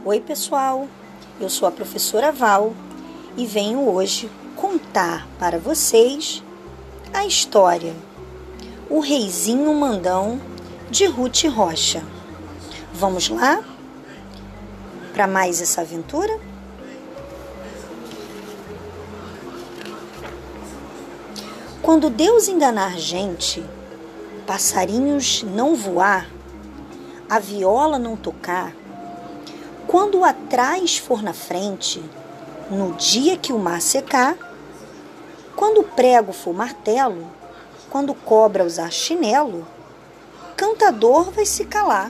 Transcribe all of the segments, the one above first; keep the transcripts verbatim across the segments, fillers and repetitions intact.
Oi pessoal, eu sou a professora Val e venho hoje contar para vocês a história O Reizinho Mandão de Ruth Rocha. Vamos lá para mais essa aventura? Quando Deus enganar gente, passarinhos não voar, a viola não tocar, quando o atrás for na frente, no dia que o mar secar, quando o prego for martelo, quando cobra usar chinelo, cantador vai se calar.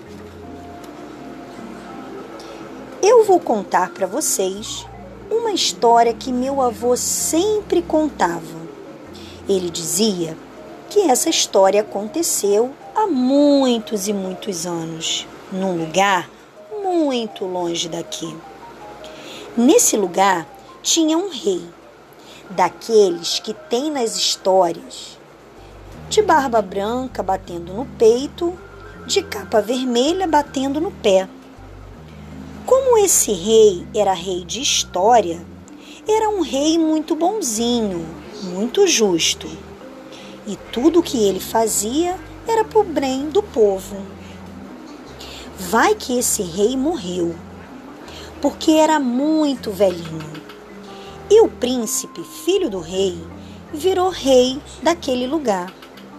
Eu vou contar para vocês uma história que meu avô sempre contava. Ele dizia que essa história aconteceu há muitos e muitos anos, num lugar muito longe daqui. Nesse lugar tinha um rei, daqueles que tem nas histórias, de barba branca batendo no peito, de capa vermelha batendo no pé. Como esse rei era rei de história, era um rei muito bonzinho, muito justo. E tudo o que ele fazia era pro bem do povo. Vai que esse rei morreu, porque era muito velhinho. E o príncipe, filho do rei, virou rei daquele lugar.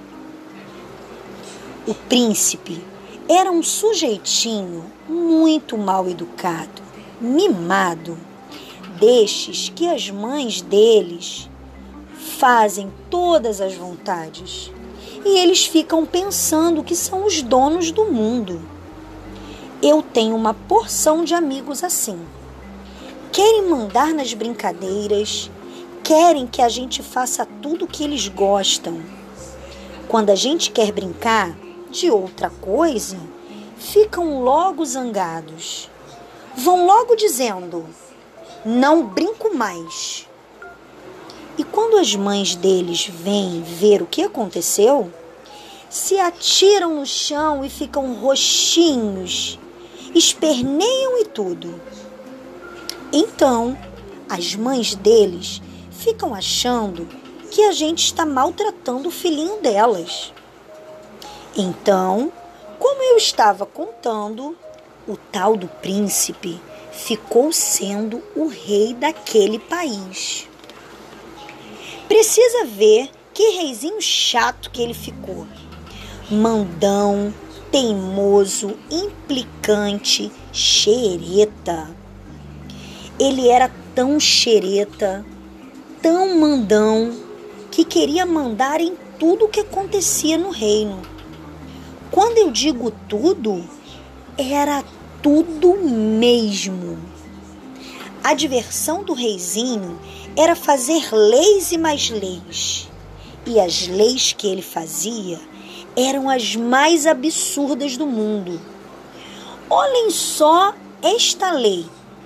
O príncipe era um sujeitinho muito mal educado, mimado, destes que as mães deles fazem todas as vontades. E eles ficam pensando que são os donos do mundo. Eu tenho uma porção de amigos assim. Querem mandar nas brincadeiras, querem que a gente faça tudo o que eles gostam. Quando a gente quer brincar de outra coisa, ficam logo zangados. Vão logo dizendo, não brinco mais. E quando as mães deles vêm ver o que aconteceu, se atiram no chão e ficam roxinhos, esperneiam e tudo. Então, as mães deles ficam achando que a gente está maltratando o filhinho delas. Então, como eu estava contando, o tal do príncipe ficou sendo o rei daquele país. Precisa ver que reizinho chato que ele ficou. Mandão, teimoso, implicante, xereta. Ele era tão xereta, tão mandão, que queria mandar em tudo o que acontecia no reino. Quando eu digo tudo, era tudo mesmo. A diversão do reizinho era fazer leis e mais leis. E as leis que ele fazia eram as mais absurdas do mundo. Olhem só esta lei.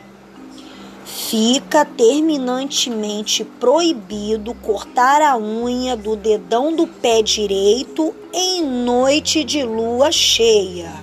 Fica terminantemente proibido cortar a unha do dedão do pé direito em noite de lua cheia.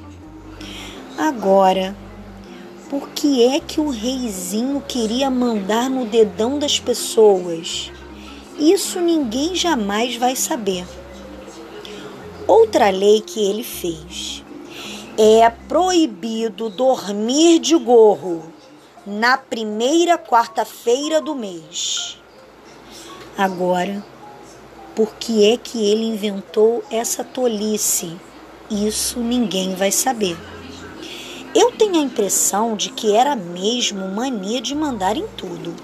Agora, por que é que o reizinho queria mandar no dedão das pessoas? Isso ninguém jamais vai saber. Outra lei que ele fez. É proibido dormir de gorro na primeira quarta-feira do mês. Agora, por que é que ele inventou essa tolice? Isso ninguém vai saber. Eu tenho a impressão de que era mesmo mania de mandar em tudo.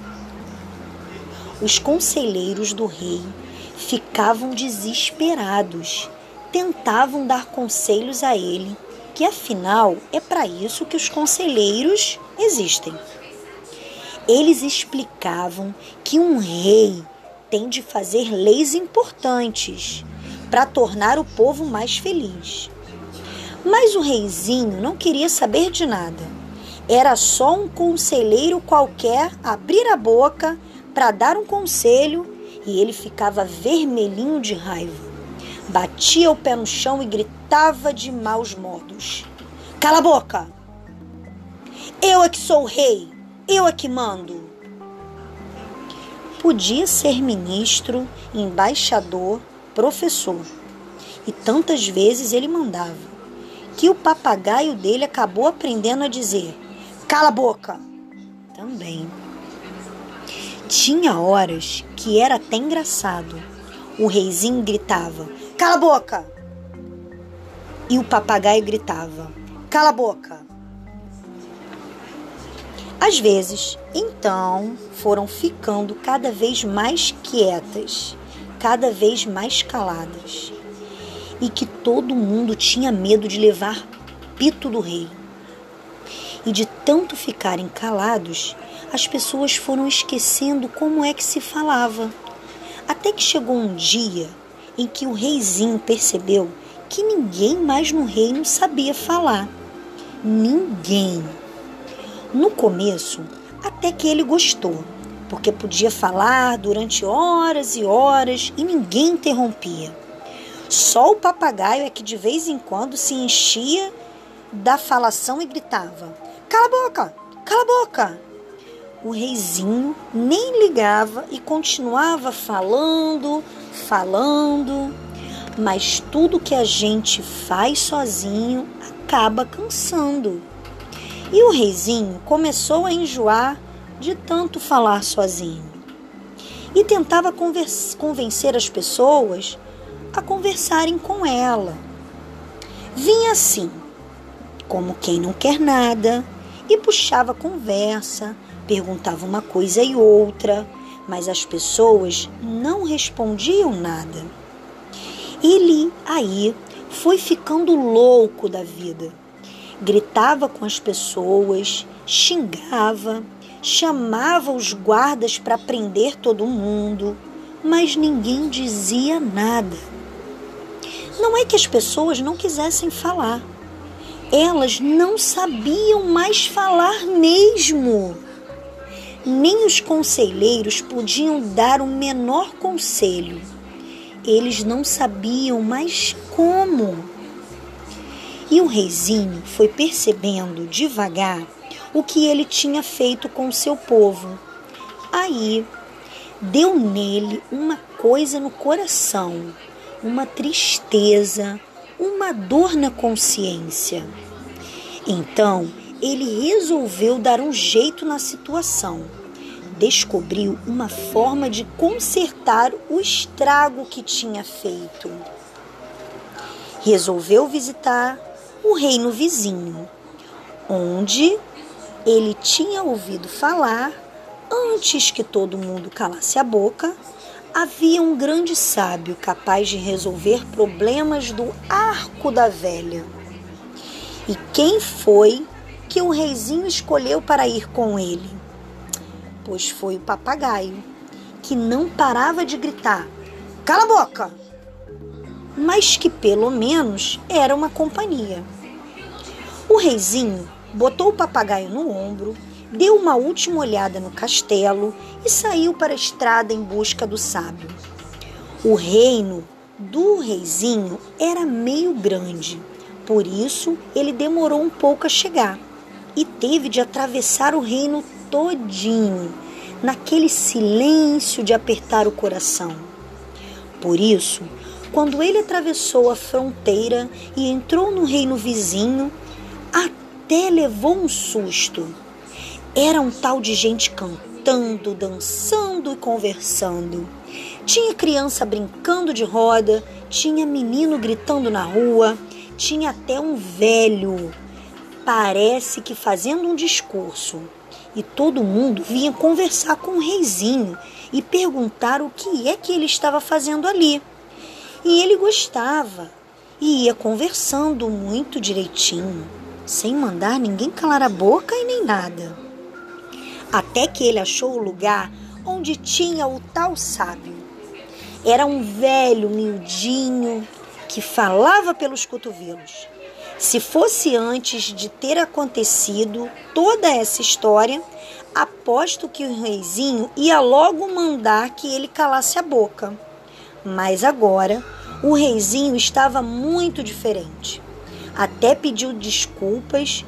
Os conselheiros do rei ficavam desesperados, tentavam dar conselhos a ele, que afinal é para isso que os conselheiros existem. Eles explicavam que um rei tem de fazer leis importantes para tornar o povo mais feliz. Mas o reizinho não queria saber de nada. Era só um conselheiro qualquer abrir a boca para dar um conselho e ele ficava vermelhinho de raiva. Batia o pé no chão e gritava de maus modos. Cala a boca! Eu é que sou o rei, eu é que mando. Podia ser ministro, embaixador, professor. E tantas vezes ele mandava, que o papagaio dele acabou aprendendo a dizer, cala a boca, também. Tinha horas que era até engraçado. O reizinho gritava, cala a boca! E o papagaio gritava, cala a boca! Às vezes, então, foram ficando cada vez mais quietas, cada vez mais caladas, e que todo mundo tinha medo de levar pito do rei. E de tanto ficarem calados, as pessoas foram esquecendo como é que se falava. Até que chegou um dia em que o reizinho percebeu que ninguém mais no reino sabia falar. Ninguém. No começo, até que ele gostou, porque podia falar durante horas e horas e ninguém interrompia. Só o papagaio é que de vez em quando se enchia da falação e gritava, cala a boca, cala a boca. O reizinho nem ligava e continuava falando, falando, mas tudo que a gente faz sozinho acaba cansando. E o reizinho começou a enjoar de tanto falar sozinho. E tentava conversa- convencer as pessoas a conversarem com ela. Vinha assim, como quem não quer nada, e puxava conversa, perguntava uma coisa e outra, mas as pessoas não respondiam nada. Ele aí foi ficando louco da vida. Gritava com as pessoas, xingava, chamava os guardas para prender todo mundo, mas ninguém dizia nada. Não é que as pessoas não quisessem falar, elas não sabiam mais falar mesmo. Nem os conselheiros podiam dar o menor conselho. Eles não sabiam mais como. E o reizinho foi percebendo devagar o que ele tinha feito com o seu povo. Aí deu nele uma coisa no coração, uma tristeza, uma dor na consciência. Então ele resolveu dar um jeito na situação. Descobriu uma forma de consertar o estrago que tinha feito. Resolveu visitar o reino vizinho, onde ele tinha ouvido falar, antes que todo mundo calasse a boca, havia um grande sábio capaz de resolver problemas do arco da velha. E quem foi que o reizinho escolheu para ir com ele? Pois foi o papagaio, que não parava de gritar, cala a boca! Mas que pelo menos era uma companhia. O reizinho botou o papagaio no ombro, deu uma última olhada no castelo e saiu para a estrada em busca do sábio. O reino do reizinho era meio grande, por isso ele demorou um pouco a chegar e teve de atravessar o reino todinho, naquele silêncio de apertar o coração. Por isso, quando ele atravessou a fronteira e entrou no reino vizinho, até levou um susto. Era um tal de gente cantando, dançando e conversando. Tinha criança brincando de roda, tinha menino gritando na rua, tinha até um velho, parece que fazendo um discurso. E todo mundo vinha conversar com o reizinho e perguntar o que é que ele estava fazendo ali. E ele gostava e ia conversando muito direitinho, sem mandar ninguém calar a boca e nem nada. Até que ele achou o lugar onde tinha o tal sábio. Era um velho miudinho que falava pelos cotovelos. Se fosse antes de ter acontecido toda essa história, aposto que o reizinho ia logo mandar que ele calasse a boca. Mas agora o reizinho estava muito diferente. Até pediu desculpas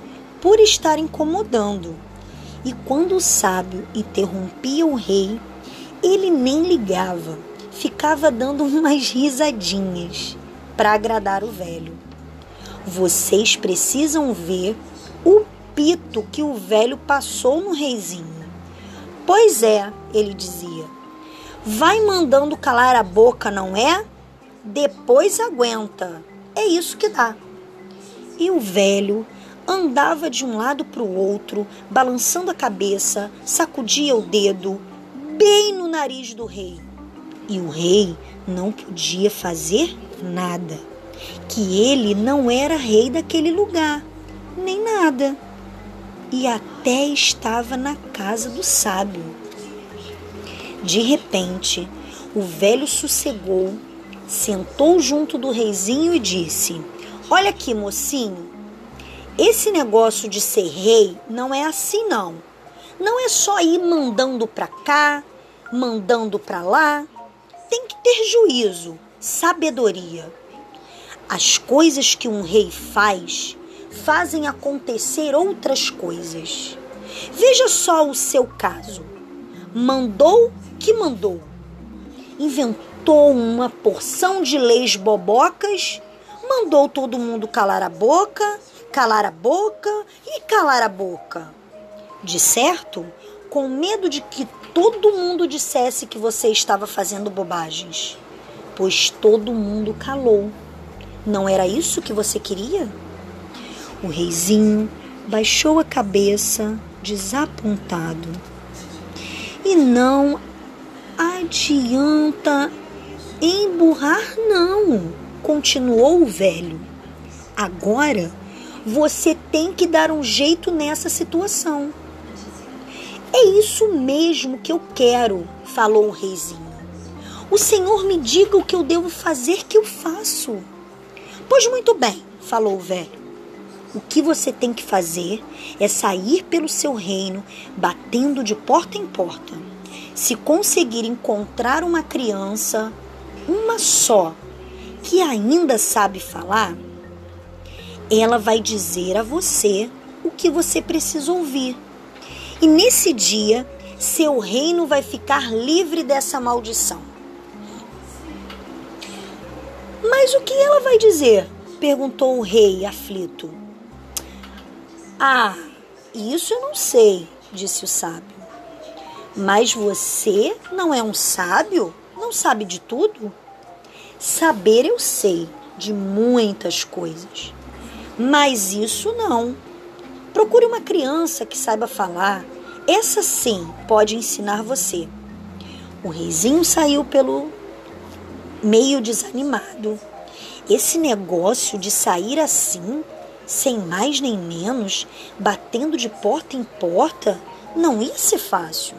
por estar incomodando. E quando o sábio interrompia o rei, ele nem ligava, ficava dando umas risadinhas para agradar o velho. Vocês precisam ver o pito que o velho passou no reizinho. Pois é, ele dizia, vai mandando calar a boca, não é? Depois aguenta, é isso que dá. E o velho andava de um lado para o outro, balançando a cabeça, sacudia o dedo, bem no nariz do rei. E o rei não podia fazer nada, que ele não era rei daquele lugar, nem nada. E até estava na casa do sábio. De repente, o velho sossegou, sentou junto do reizinho e disse, olha aqui, mocinho, esse negócio de ser rei não é assim não. Não é só ir mandando para cá, mandando para lá. Tem que ter juízo, sabedoria. As coisas que um rei faz, fazem acontecer outras coisas. Veja só o seu caso. Mandou que mandou. Inventou uma porção de leis bobocas, mandou todo mundo calar a boca, calar a boca e calar a boca. De certo, com medo de que todo mundo dissesse que você estava fazendo bobagens, pois todo mundo calou. Não era isso que você queria? O reizinho baixou a cabeça, desapontado. E não adianta emburrar, não, continuou o velho. Agora você tem que dar um jeito nessa situação. É isso mesmo que eu quero, falou o reizinho. O senhor me diga o que eu devo fazer, que eu faço. Pois muito bem, falou o velho. O que você tem que fazer é sair pelo seu reino, batendo de porta em porta. Se conseguir encontrar uma criança, uma só, que ainda sabe falar, ela vai dizer a você o que você precisa ouvir. E nesse dia, seu reino vai ficar livre dessa maldição. Mas o que ela vai dizer? Perguntou o rei aflito. Ah, isso eu não sei, disse o sábio. Mas você não é um sábio? Não sabe de tudo? Saber eu sei de muitas coisas, mas isso não. Procure uma criança que saiba falar. Essa sim pode ensinar você. O reizinho saiu pelo meio desanimado. Esse negócio de sair assim, sem mais nem menos, batendo de porta em porta, não ia ser fácil.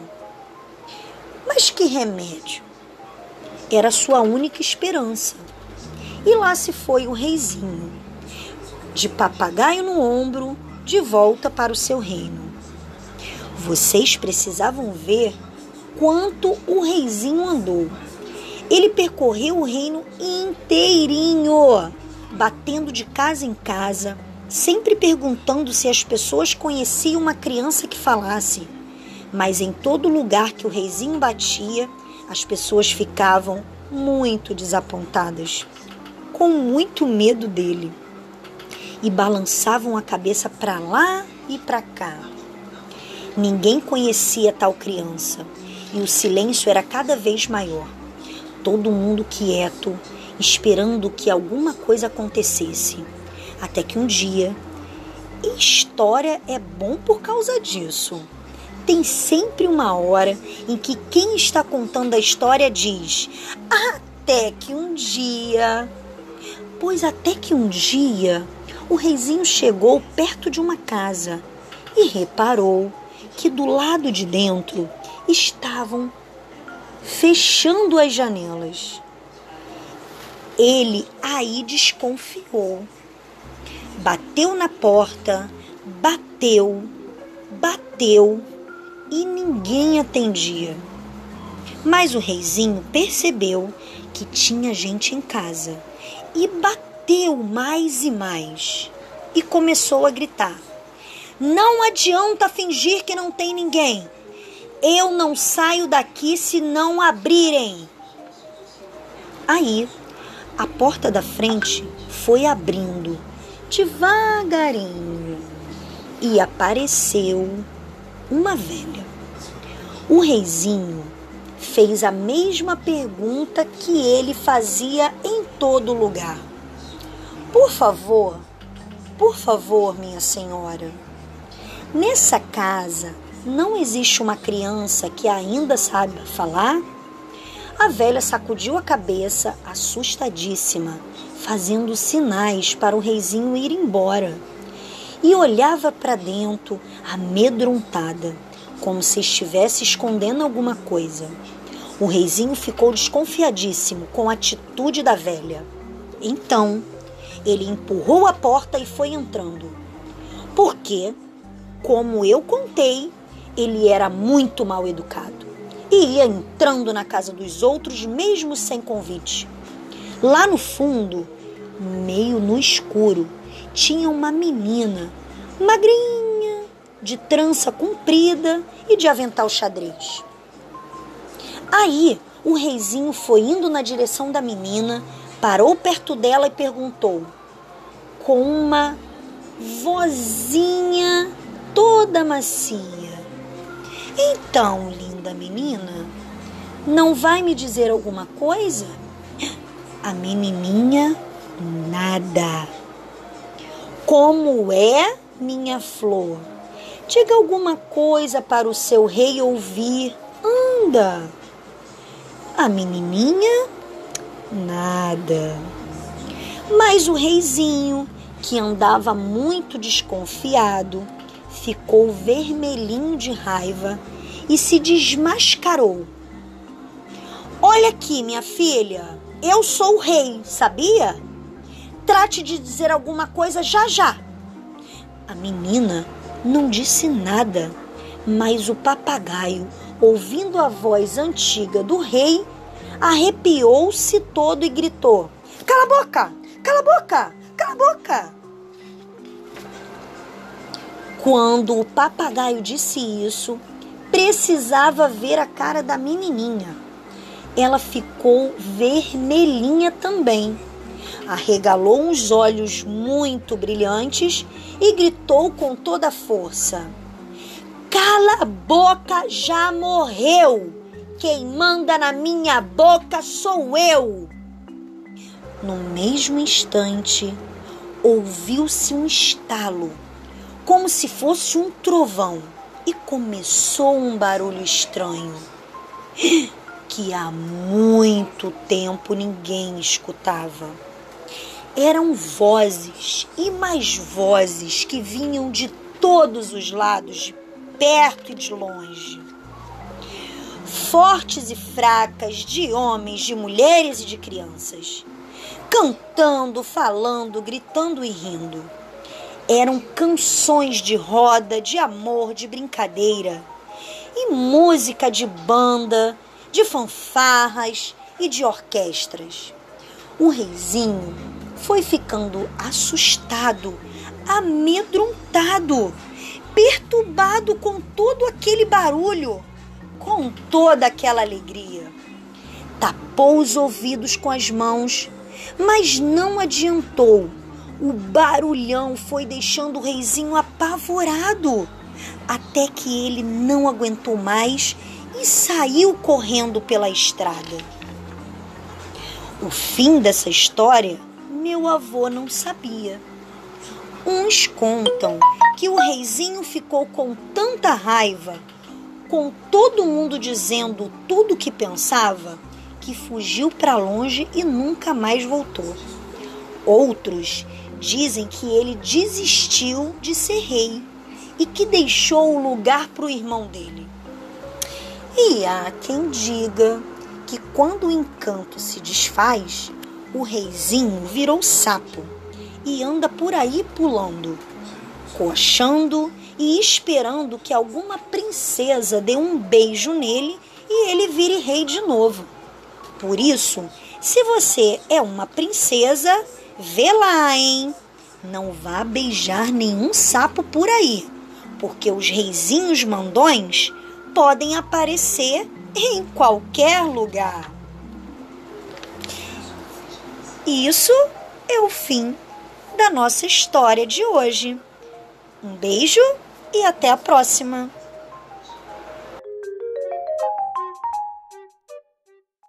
Mas que remédio? Era sua única esperança. E lá se foi o reizinho, de papagaio no ombro, de volta para o seu reino. Vocês precisavam ver quanto o reizinho andou. Ele percorreu o reino inteirinho, batendo de casa em casa, sempre perguntando se as pessoas conheciam uma criança que falasse. Mas em todo lugar que o reizinho batia, as pessoas ficavam muito desapontadas, com muito medo dele, e balançavam a cabeça para lá e para cá. Ninguém conhecia tal criança, e o silêncio era cada vez maior. Todo mundo quieto, esperando que alguma coisa acontecesse. Até que um dia, e história é bom por causa disso, tem sempre uma hora em que quem está contando a história diz: até que um dia... Pois até que um dia, o reizinho chegou perto de uma casa e reparou que do lado de dentro estavam fechando as janelas. Ele aí desconfiou. Bateu na porta, bateu, bateu e ninguém atendia. Mas o reizinho percebeu que tinha gente em casa e bateu mais e mais e começou a gritar: Não adianta fingir que não tem ninguém. Eu não saio daqui se não abrirem. Aí, a porta da frente foi abrindo devagarinho e apareceu uma velha. O reizinho fez a mesma pergunta que ele fazia em todo lugar. Por favor, por favor, minha senhora, nessa casa não existe uma criança que ainda sabe falar? A velha sacudiu a cabeça, assustadíssima, fazendo sinais para o reizinho ir embora. E olhava para dentro, amedrontada, como se estivesse escondendo alguma coisa. O reizinho ficou desconfiadíssimo com a atitude da velha. Então, ele empurrou a porta e foi entrando. Porque, como eu contei, ele era muito mal educado e ia entrando na casa dos outros mesmo sem convite. Lá no fundo, meio no escuro, tinha uma menina, magrinha, de trança comprida e de avental xadrez. Aí, o reizinho foi indo na direção da menina, parou perto dela e perguntou, com uma vozinha toda macia: então, linda menina, não vai me dizer alguma coisa? A menininha, nada. Como é, minha flor? Diga alguma coisa para o seu rei ouvir. Anda. A menininha, nada. Mas o reizinho, que andava muito desconfiado, ficou vermelhinho de raiva e se desmascarou. Olha aqui, minha filha, eu sou o rei, sabia? Trate de dizer alguma coisa já já. A menina não disse nada, mas o papagaio, ouvindo a voz antiga do rei, arrepiou-se todo e gritou: cala a boca, cala a boca, cala a boca. Quando o papagaio disse isso, precisava ver a cara da menininha. Ela ficou vermelhinha também. Arregalou uns olhos muito brilhantes e gritou com toda a força: cala a boca, já morreu! Quem manda na minha boca sou eu! No mesmo instante, ouviu-se um estalo, como se fosse um trovão, e começou um barulho estranho, que há muito tempo ninguém escutava. Eram vozes e mais vozes que vinham de todos os lados, de perto e de longe. Fortes e fracas, de homens, de mulheres e de crianças. Cantando, falando, gritando e rindo. Eram canções de roda, de amor, de brincadeira. E música de banda, de fanfarras e de orquestras. O reizinho foi ficando assustado, amedrontado, perturbado com todo aquele barulho, com toda aquela alegria. Tapou os ouvidos com as mãos, mas não adiantou. O barulhão foi deixando o reizinho apavorado, até que ele não aguentou mais e saiu correndo pela estrada. O fim dessa história, meu avô não sabia. Uns contam que o reizinho ficou com tanta raiva, com todo mundo dizendo tudo o que pensava, que fugiu para longe e nunca mais voltou. Outros dizem que ele desistiu de ser rei e que deixou o lugar para o irmão dele. E há quem diga que quando o encanto se desfaz, o reizinho virou sapo e anda por aí pulando, coachando e esperando que alguma princesa dê um beijo nele e ele vire rei de novo. Por isso, se você é uma princesa, vê lá, hein? Não vá beijar nenhum sapo por aí, porque os reizinhos mandões podem aparecer em qualquer lugar. Isso é o fim da nossa história de hoje. Um beijo e até a próxima!